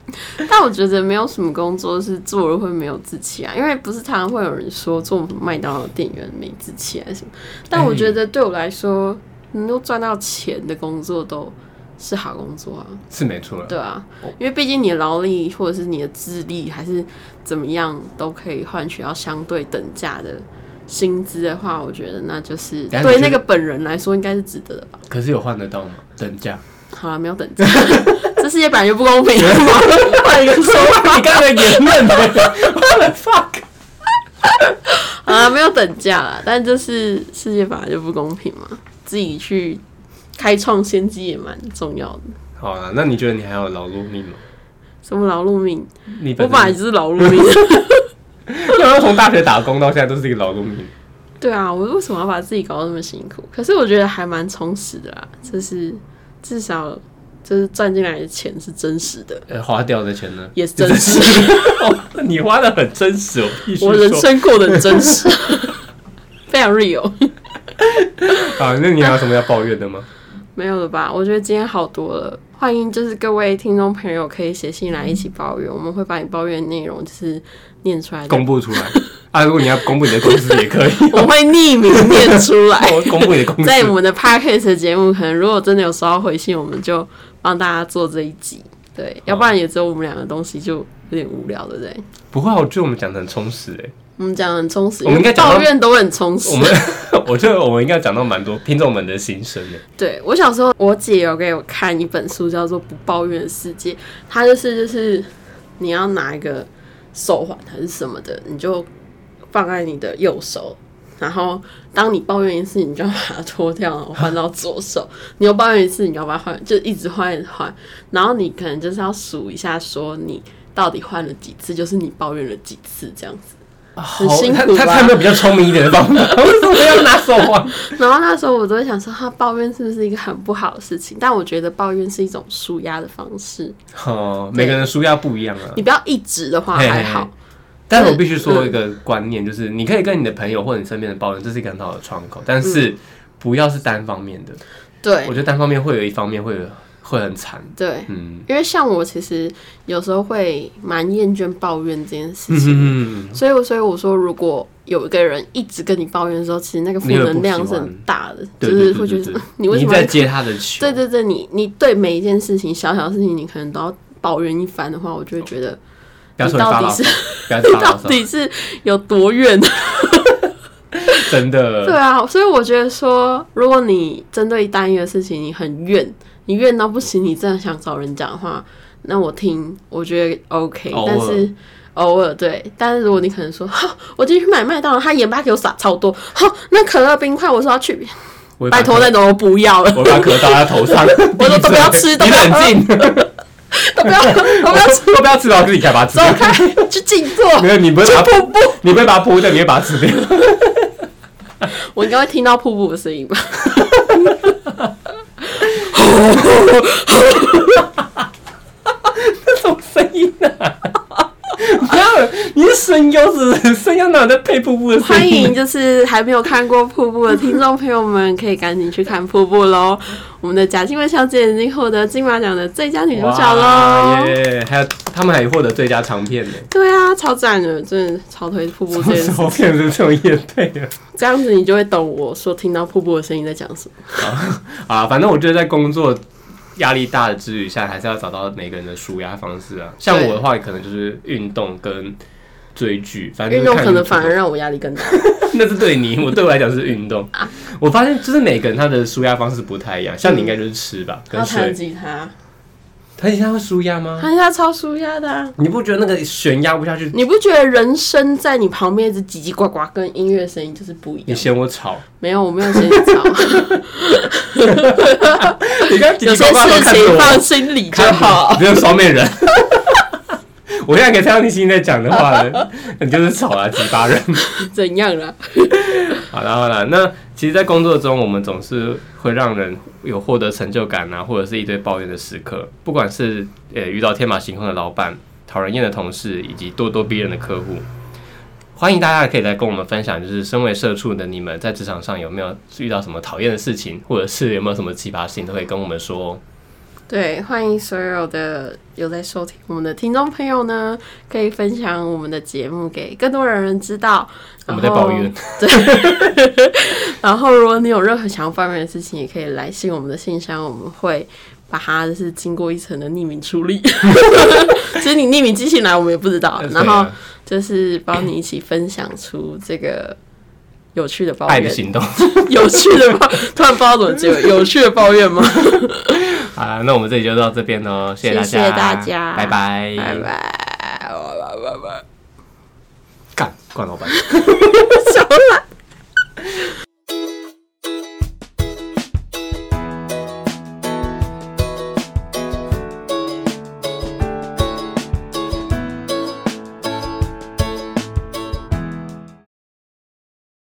但我觉得没有什么工作是做了会没有志气啊，因为不是常常会有人说做麦当劳店员没志气还是什么。但我觉得对我来说，能够赚到钱的工作都是好工作啊， 是没错。 对啊，因为毕竟你的劳力或者是你的智力还是怎么样，都可以换取到相对等价的薪资的话，我觉得那就是对那个本人来说应该是值得的吧。 可是有换得到吗？等价？ 好了，没有等价，这世界本来就不公平了嘛。换一个说法， 你刚才的言论，what the fuck？ 好了，没有等价啦，但就是世界本来就不公平嘛，自己去开创先机也蛮重要的。 好啦，那你觉得你还有劳碌命吗？ 什么劳碌命？ 你我本来就是劳碌命。 因为从大学打工到现在都是一个劳碌命。 对啊，我为什么要把自己搞得那么辛苦？可是我觉得还蛮充实的啦，就是至少就是赚进来的钱是真实的， 呃，花掉的钱呢也是真实的。你花的很真实，我必须说， 我人生过得很真实，非常 real。 好，那你还有什么要抱怨的吗？ 没有了吧？我觉得今天好多了。欢迎就是各位听众朋友可以写信来一起抱怨，我们会把你抱怨的内容就是念出来， 公布出来。啊，如果你要公布你的公司也可以， 我会匿名念出来。 我公布你的公司， 在我们的 podcast 的节目，可能如果真的有收到回信，我们就帮大家做这一集。对，要不然也只有我们两个东西就有点无聊，对不对？ 不会，我觉得我们讲的很充实诶。 我们讲的很充实， 我们应该抱怨都很充实。 我们我觉得我们应该讲到蛮多听众们的心声的。 对，我小时候，我姐有给我看一本书，叫做《不抱怨的世界》，它就是就是你要拿一个手环还是什么的，你就放在你的右手，然后当你抱怨一次，你就要把它脱掉，然后换到左手。你又抱怨一次，你要把它换，就一直换一直换。然后你可能就是要数一下，说你到底换了几次，就是你抱怨了几次这样子。很辛苦吧？ 他他有没有比较聪明一点的方法？为什么要拿手环？ 然后那时候我都会想说，他抱怨是不是一个很不好的事情？但我觉得抱怨是一种抒压的方式。 哦，每个人的抒压不一样啊。 你不要一直的话还好。嘿嘿， 但是我必须说一个观念，就是你可以跟你的朋友或者你身边的抱怨，这是一个很好的窗口，但是不要是单方面的。对，我觉得单方面会有一方面会有。会很惨，对，嗯，因为像我其实有时候会蛮厌倦抱怨这件事情，嗯、所以所以我说，如果有一个人一直跟你抱怨的时候，其实那个负能量是很大的，就是会觉得你为什么你在接他的球？ 对对对，你你对每一件事情小小的事情，你可能都要抱怨一番的话，我就会觉得你到底是你到底是有多怨？ 真的， 对啊，所以我觉得说，如果你针对单一的事情你很怨。你怨到不行，你真的想找人讲的话，那我听，我觉得 OK。但是偶尔对，但是如果你可能说，好，我今天去买麦当劳，他盐巴给我撒超多，好，那可乐冰块我说要去，拜托那种我不要了， 我把可乐倒在他头上， 我说都不要吃，都不要喝， 你冷静， 都不要，都不要吃， 都不要吃，然后自己开把它吃掉，走开，去静坐， 没有，你不会把瀑布， 你不会把它扑掉，你会把它吃掉。 我应该会听到瀑布的声音吧。 那种声音啊！不要，你是声优是不是？声优哪有在配瀑布的声音？ 欢迎，就是还没有看过瀑布的听众朋友们，可以赶紧去看瀑布喽！我们的贾静雯小姐已经获得金马奖的最佳女主角喽！ 耶！还有他们还获得最佳长片呢。 对啊，超赞的，真的超推瀑布这件事情。 怎么变成这种业配了？ 这样子你就会懂我说听到瀑布的声音在讲什么。 啊，反正我觉得在工作压力大的之余下，还是要找到每个人的抒压方式啊。像我的话，可能就是运动跟追剧，反正运动可能反而让我压力更大。 那是对你，我对我来讲是运动。我发现就是每个人他的抒压方式不太一样，像你应该就是吃吧，跟水。 弹吉他， 弹吉他会抒压吗？ 弹吉他超抒压的、啊。你不觉得那个弦压不下去？ 你不觉得人声在你旁边一直叽叽呱呱，跟音乐声音就是不一样？ 你嫌我吵？ 没有，我没有嫌你吵。 你刚有些事情放心里就好。 只有双面人。我现在可以猜到你心里在讲的话呢，你就是吵啊，几巴人。 怎样啦？ 好了好了，那其实，在工作中，我们总是会让人有获得成就感啊，或者是一堆抱怨的时刻。不管是呃遇到天马行空的老板、讨人厌的同事，以及咄咄逼人的客户，欢迎大家可以来跟我们分享，就是身为社畜的你们，在职场上有没有遇到什么讨厌的事情，或者是有没有什么奇葩事情，都可以跟我们说哦。 对，欢迎所有的有在收听我们的听众朋友呢，可以分享我们的节目给更多人知道。 我们在抱怨， 对。然后，如果你有任何想要抱怨的事情，也可以来信我们的信箱，我们会把它就是经过一层的匿名处理。其实你匿名寄信来，我们也不知道。然后就是帮你一起分享出这个有趣的抱怨， 爱的行动， 有趣的抱，突然不知道怎么结尾，有趣的抱怨吗？ 好了，那我们这里就到这边喽，谢谢大家， 谢谢大家， 拜拜， 拜拜，拜拜， 干，冠老板。